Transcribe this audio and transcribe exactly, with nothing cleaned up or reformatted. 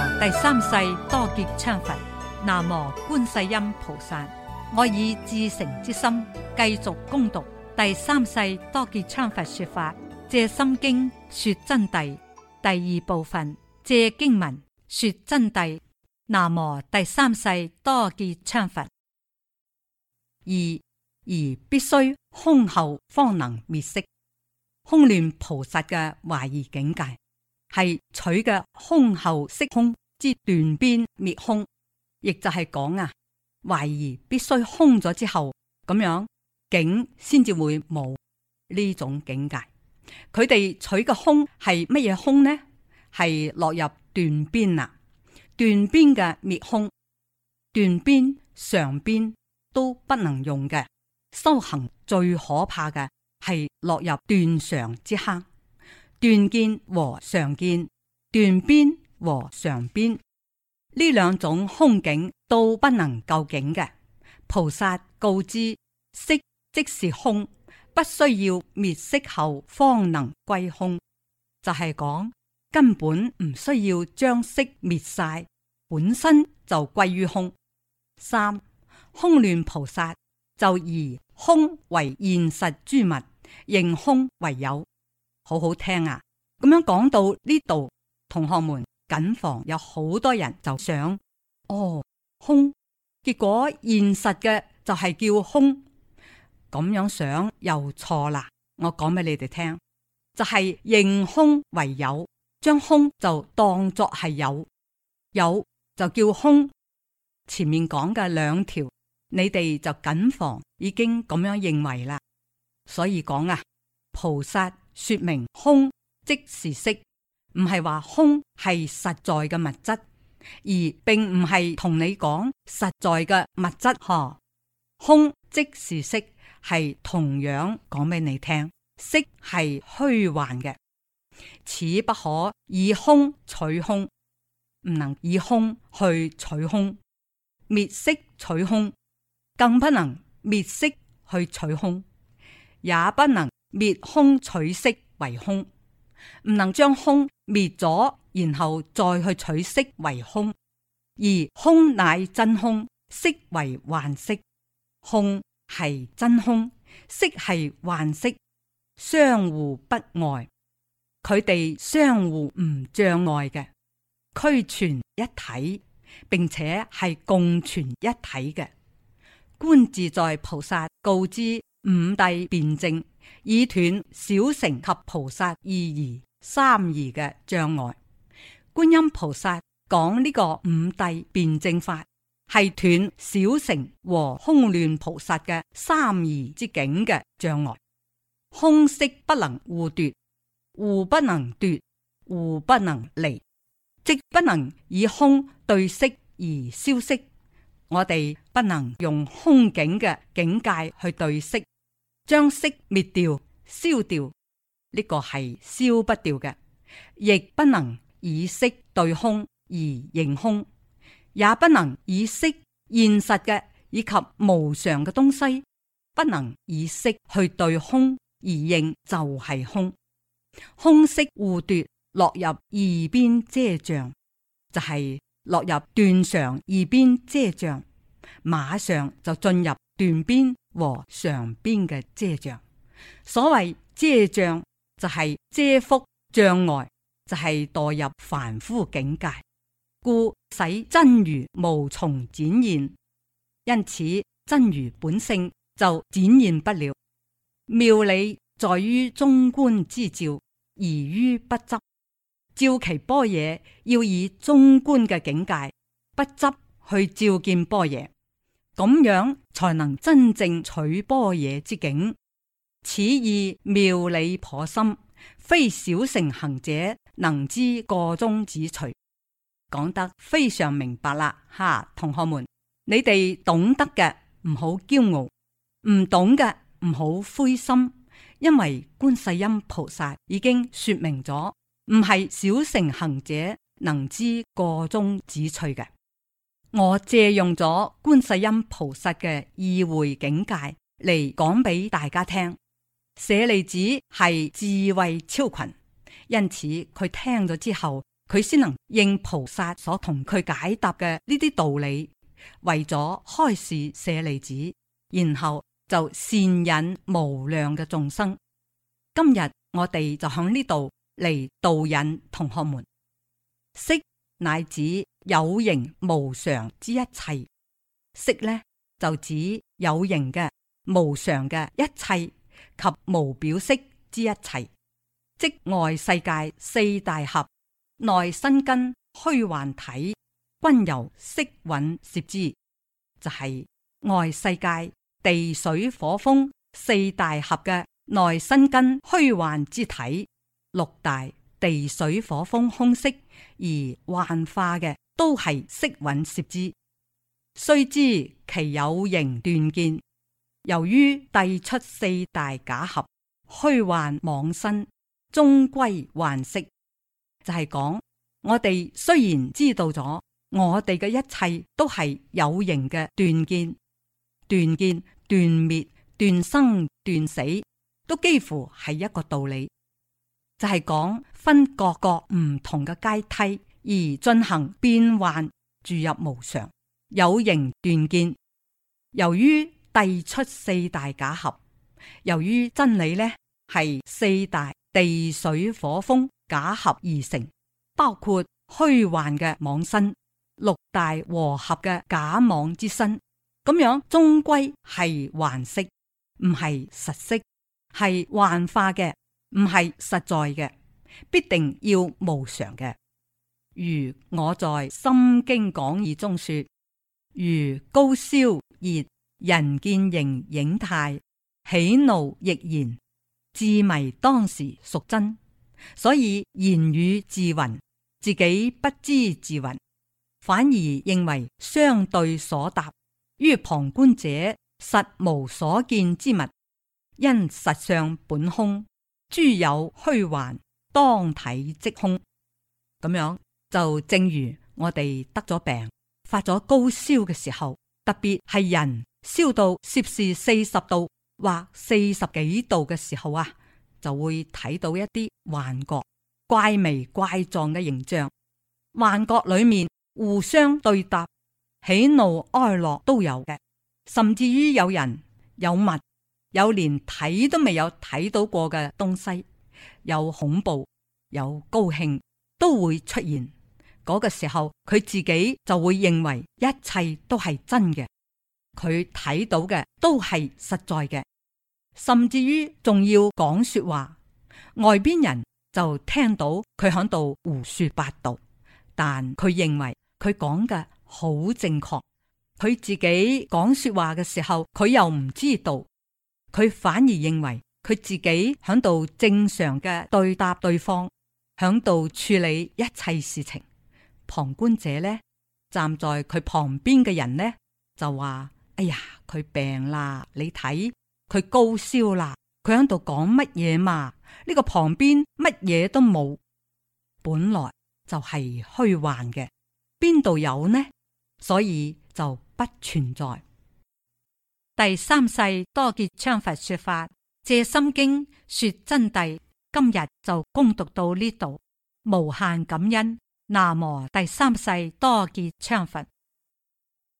第三世多杰羌佛，南無觀世音菩薩。我以至誠之心繼續攻讀第三世多杰羌佛說法，借心經說真諦第二部分，借經文說真諦。南無第三世多杰羌佛。二而必須空後方能滅色。空亂菩薩嘅懷疑境界係取嘅空後識空之斷邊滅空，亦就係講啊，懷疑必須空咗之後，咁樣境先至會冇呢種境界。佢哋取嘅空係乜嘢空呢？係落入斷邊啦，斷邊嘅滅空，斷邊上邊都不能用嘅。修行最可怕嘅係落入斷常之坑，斷見和常見，斷邊和常邊呢兩種空境都不能究竟嘅。菩薩告知色即是空，不需要滅色後方能歸空，就係講根本唔需要將色滅晒，本身就歸於空。三空亂菩薩就以空為現實諸物，認空為有。好好聽啊！咁樣講到呢度，同學們謹防有好多人就想，哦，空，結果現實嘅就係叫空，咁樣想又錯啦。我講俾你哋聽，就係、是、認空為有，將空就當作係有，有就叫空。前面講嘅兩條，你哋就謹防已經咁樣認為啦。所以講啊，菩薩說明空即是色，唔係話空係實在嘅物質，而並唔係同你講實在嘅物質嗬。空即是色係同樣講俾你聽，色係虛幻嘅，此不可以空取空，唔能以空去取空，滅色取空，更不能滅色去取空，也不能滅空取色為空，唔能將空滅咗，然後再去取色為空。而空乃真空，色為幻色，空係真空，色係幻色，相互不礙，佢哋相互唔障礙嘅，俱存一體，並且係共存一體嘅。觀自在菩薩告知五諦辯證，以斷小乘及菩薩二疑三疑嘅障礙。觀音菩薩講呢個五諦辯證法，係斷小乘和空亂菩薩嘅三疑之境嘅障礙。空色不能互奪，互不能奪，互不能離，即不能以空對色而消色。我哋不能用空境嘅境界去對色，將色滅掉、消掉，呢、這個係消不掉嘅。亦不能以色對空而認空，也不能以色現實嘅以及無常嘅東西，不能以色去對空而認就係空。空色互奪，落入二邊遮障，就係、是。落入斷常二邊遮障，馬上就進入斷邊和常邊嘅遮障。所謂遮障就係遮覆障礙，就係、是、墮入凡夫境界，故使真如無從展現。因此真如本性就展現不了。妙理在於中觀之照，而於不執。照其般若，要以中觀嘅境界，不執去照見般若，咁樣才能真正取般若之境。此意妙理頗深，非小乘行者能知個中指除。講得非常明白啦，哈，同學們，你哋懂得嘅唔好驕傲，唔懂嘅唔好灰心，因為觀世音菩薩已經說明咗。唔係小乘行者能知個中指趣嘅，我借用咗觀世音菩薩嘅意會境界嚟講俾大家聽。舍利子係智慧超群，因此佢聽咗之後佢先能應菩薩所同佢解答嘅呢啲道理，為咗開示舍利子，然後就善引無量嘅眾生。今日我哋就響呢度嚟導引同學們，色乃指有形無常之一切，色呢就指有形嘅無常嘅一切及無表色之一切，即外世界四大合、內身根、虛幻體，均由色蘊攝之，就係、是、外世界地水火風四大合嘅內身根虛幻之體，六大地水火風空色而幻化嘅，都係色蘊攝之。須知其有形斷見，由於遞出四大假合虛幻妄身，終歸幻色。就係、是、講我哋雖然知道咗我哋嘅一切都係有形嘅斷見，斷見斷滅斷生斷死，都幾乎係一個道理。就係、是、講分各個唔同嘅階梯而進行變幻，注入無常有形斷見。由於遞出四大假合，由於真理呢係四大地水火風假合而成，包括虛幻嘅妄身，六大和合嘅假妄之身，咁樣終歸係幻色，唔係實色，係幻化嘅，唔係實在嘅，必定要無常嘅。如我在《心經講義》中說，如高燒熱人見形影態，喜怒亦然，自迷當時屬真。所以言語自云，自己不知自云，反而認為相對所答，於旁觀者實無所見之物，因實相本空，諸有虛幻，當體即空。咁樣就正如我哋得咗病，發咗高燒嘅時候，特別係人燒到攝氏四十度或四十幾度嘅時候啊，就會睇到一啲幻覺，怪微怪狀嘅形象。幻覺裏面互相對答，喜怒哀樂都有嘅，甚至於有人有物，有連睇都未有睇到過嘅東西，有恐怖有高興都會出現。嗰個時候佢自己就會認為一切都係真嘅，佢睇到嘅都係實在嘅，甚至於仲要講說話，外邊人就聽到佢響度胡說八道，但佢認為佢講嘅好正確，佢自己講說話嘅時候佢又唔知道，佢反而認為佢自己響度正常嘅對答對方，響度處理一切事情。旁觀者呢，站在佢旁邊嘅人呢，就話：哎呀，佢病啦，你睇佢高燒啦，佢喺度講乜嘢嘛？呢個旁邊乜嘢都冇，本來就係虛幻嘅，邊度有呢？所以就不存在。第三世多杰羌佛說法，藉心經說真諦，今日就恭讀到呢度，無限感恩。南無第三世多杰羌佛。